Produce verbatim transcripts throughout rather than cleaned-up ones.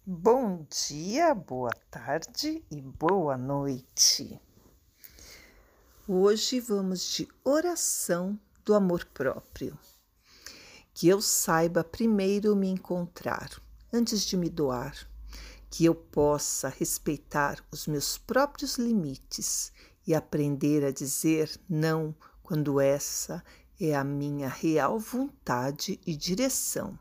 Bom dia, boa tarde e boa noite. Hoje vamos de oração do amor próprio. Que eu saiba primeiro me encontrar, antes de me doar. Que eu possa respeitar os meus próprios limites e aprender a dizer não quando essa é a minha real vontade e direção.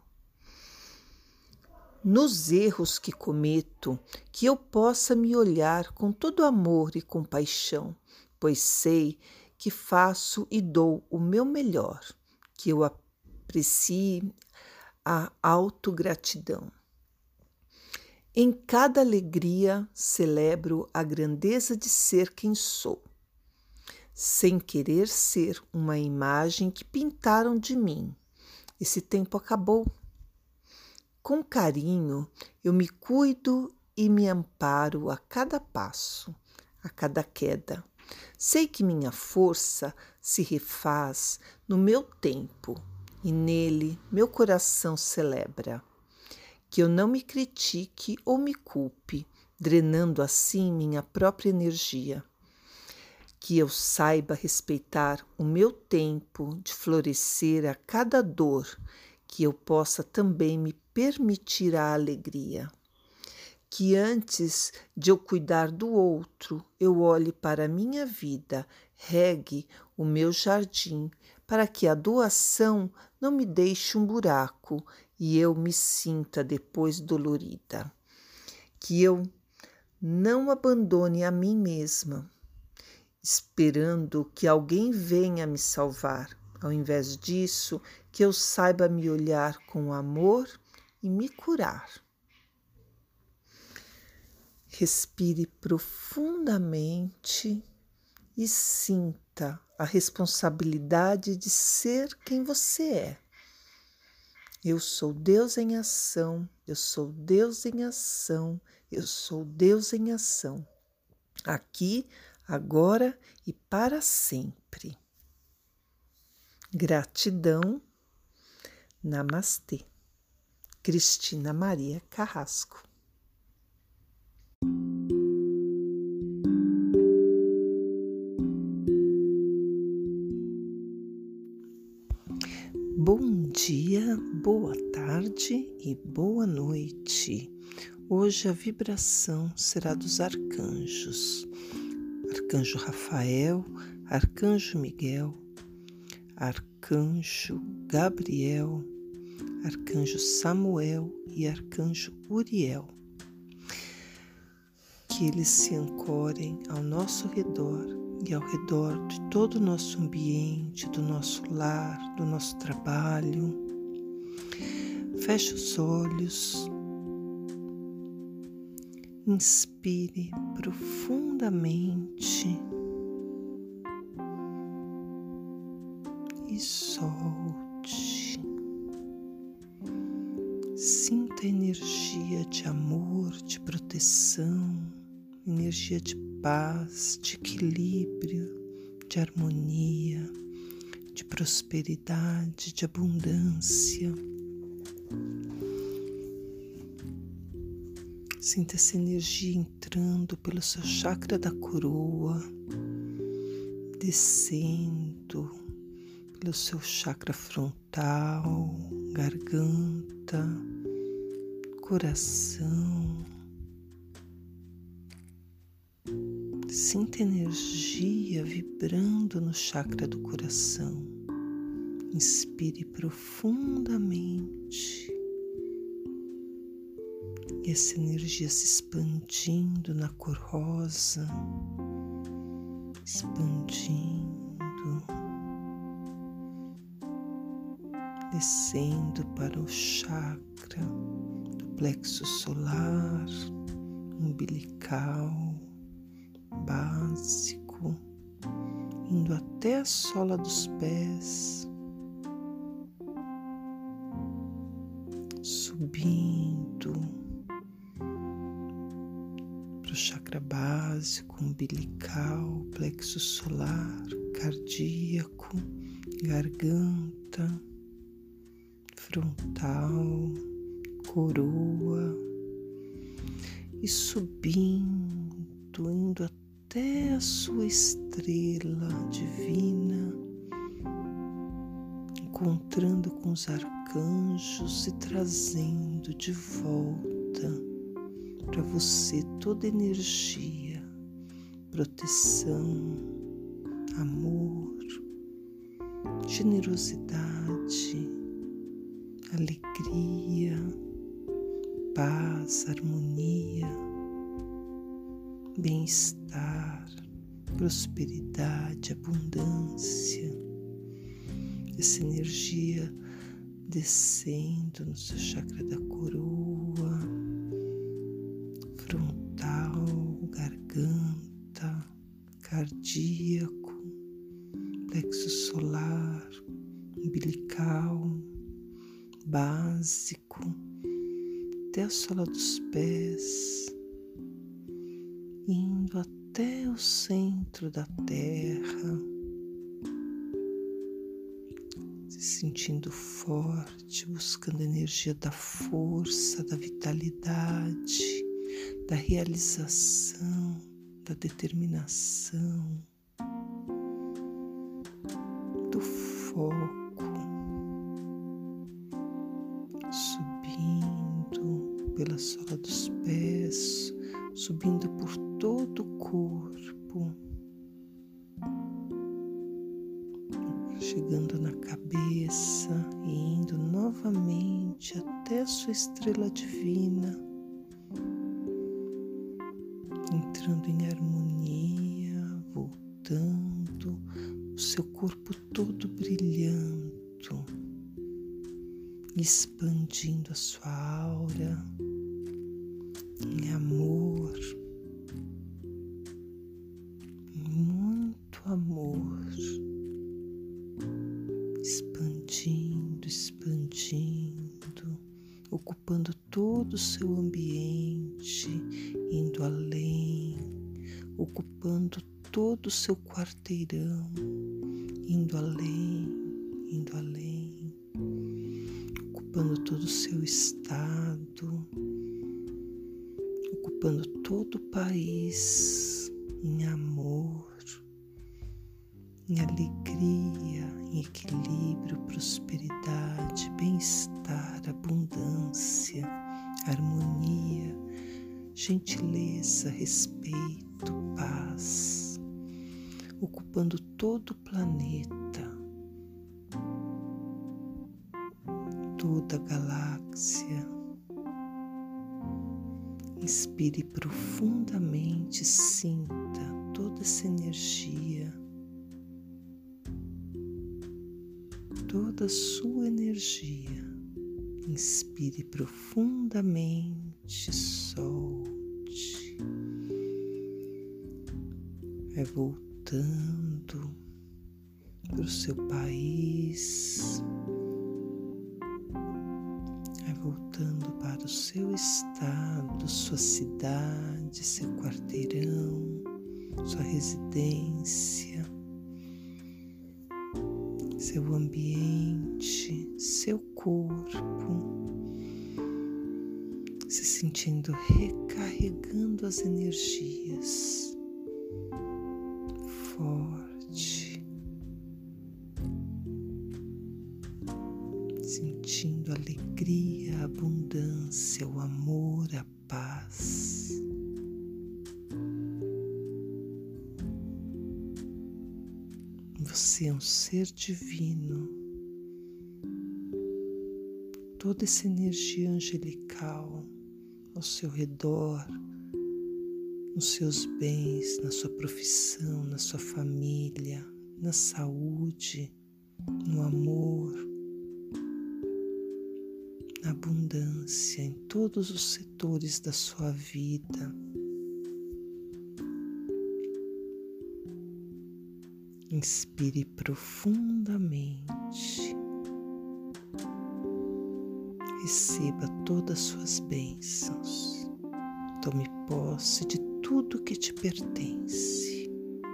Nos erros que cometo, que eu possa me olhar com todo amor e compaixão, pois sei que faço e dou o meu melhor, que eu aprecie a autogratidão. Em cada alegria celebro a grandeza de ser quem sou, sem querer ser uma imagem que pintaram de mim. Esse tempo acabou. Com carinho, eu me cuido e me amparo a cada passo, a cada queda. Sei que minha força se refaz no meu tempo e nele meu coração celebra. Que eu não me critique ou me culpe, drenando assim minha própria energia. Que eu saiba respeitar o meu tempo de florescer a cada dor, que eu possa também me permitir a alegria. Que antes de eu cuidar do outro, eu olhe para a minha vida, regue o meu jardim, para que a doação não me deixe um buraco e eu me sinta depois dolorida. Que eu não abandone a mim mesma, esperando que alguém venha me salvar. Ao invés disso, que eu saiba me olhar com amor e me curar. Respire profundamente e sinta a responsabilidade de ser quem você é. Eu sou Deus em ação, eu sou Deus em ação, eu sou Deus em ação. Aqui, agora e para sempre. Gratidão. Namastê. Cristina Maria Carrasco. Bom dia, boa tarde e boa noite. Hoje a vibração será dos arcanjos. Arcanjo Rafael, Arcanjo Miguel, Arcanjo Gabriel, Arcanjo Samuel e Arcanjo Uriel. Que eles se ancorem ao nosso redor e ao redor de todo o nosso ambiente, do nosso lar, do nosso trabalho. Feche os olhos, inspire profundamente e solte. Sinta a energia de amor, de proteção, energia de paz, de equilíbrio, de harmonia, de prosperidade, de abundância. Sinta essa energia entrando pelo seu chakra da coroa, descendo pelo seu chakra frontal, garganta, coração. Sinta energia vibrando no chakra do coração. Inspire profundamente. E essa energia se expandindo na cor rosa, expandindo, descendo para o chakra do plexo solar, umbilical, básico, indo até a sola dos pés, subindo para o chakra básico, umbilical, plexo solar, cardíaco, garganta, frontal, coroa, e subindo, indo até a sua estrela divina, encontrando com os arcanjos e trazendo de volta para você toda energia, proteção, amor, generosidade, alegria, paz, harmonia, bem-estar, prosperidade, abundância. Essa energia descendo no seu chakra da coroa, frontal, garganta, cardíaco, plexo solar, umbilical, básico, até a sola dos pés, indo até o centro da terra, se sentindo forte, buscando a energia da força, da vitalidade, da realização, da determinação, do foco, subindo pela sola dos pés, subindo por todo o corpo, chegando na cabeça e indo novamente até a sua estrela divina, entrando em harmonia, voltando, o seu corpo todo brilhando, expandindo a sua aura em amor, muito amor, expandindo, expandindo, ocupando todo o seu ambiente, indo além, ocupando todo o seu quarteirão, indo além, indo além, ocupando todo o seu estado, ocupando todo o país em amor, em alegria, em equilíbrio, prosperidade, bem-estar, abundância, harmonia, gentileza, respeito, paz, ocupando todo o planeta, toda a galáxia. Inspire profundamente, sinta toda essa energia, toda a sua energia. Inspire profundamente, solte. Vai voltando para o seu país, vai voltando para o seu estado, sua cidade, seu quarteirão, sua residência, seu ambiente, seu corpo, se sentindo recarregando as energias, forte, sentindo a alegria, a abundância, o amor, a paz. Você é um ser divino. Toda essa energia angelical ao seu redor, nos seus bens, na sua profissão, na sua família, na saúde, no amor, na abundância, em todos os setores da sua vida. Inspire profundamente. Receba todas as suas bênçãos. Tome posse de tudo que te pertence.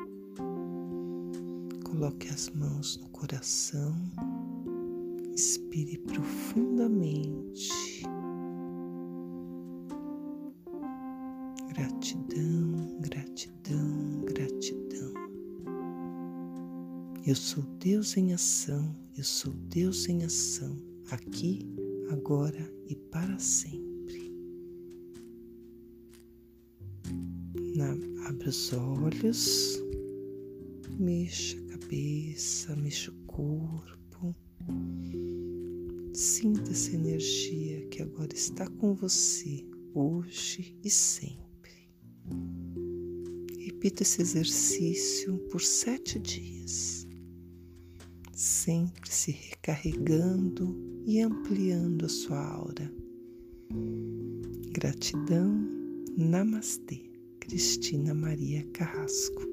Coloque as mãos no coração. Inspire profundamente. Gratidão, gratidão, gratidão. Eu sou Deus em ação, eu sou Deus em ação, aqui, agora e para sempre. Na, abra os olhos, mexa a cabeça, mexa o corpo. Sinta essa energia que agora está com você, hoje e sempre. Repita esse exercício por sete dias, sempre se recarregando e ampliando a sua aura. Gratidão, Namastê, Cristina Maria Carrasco.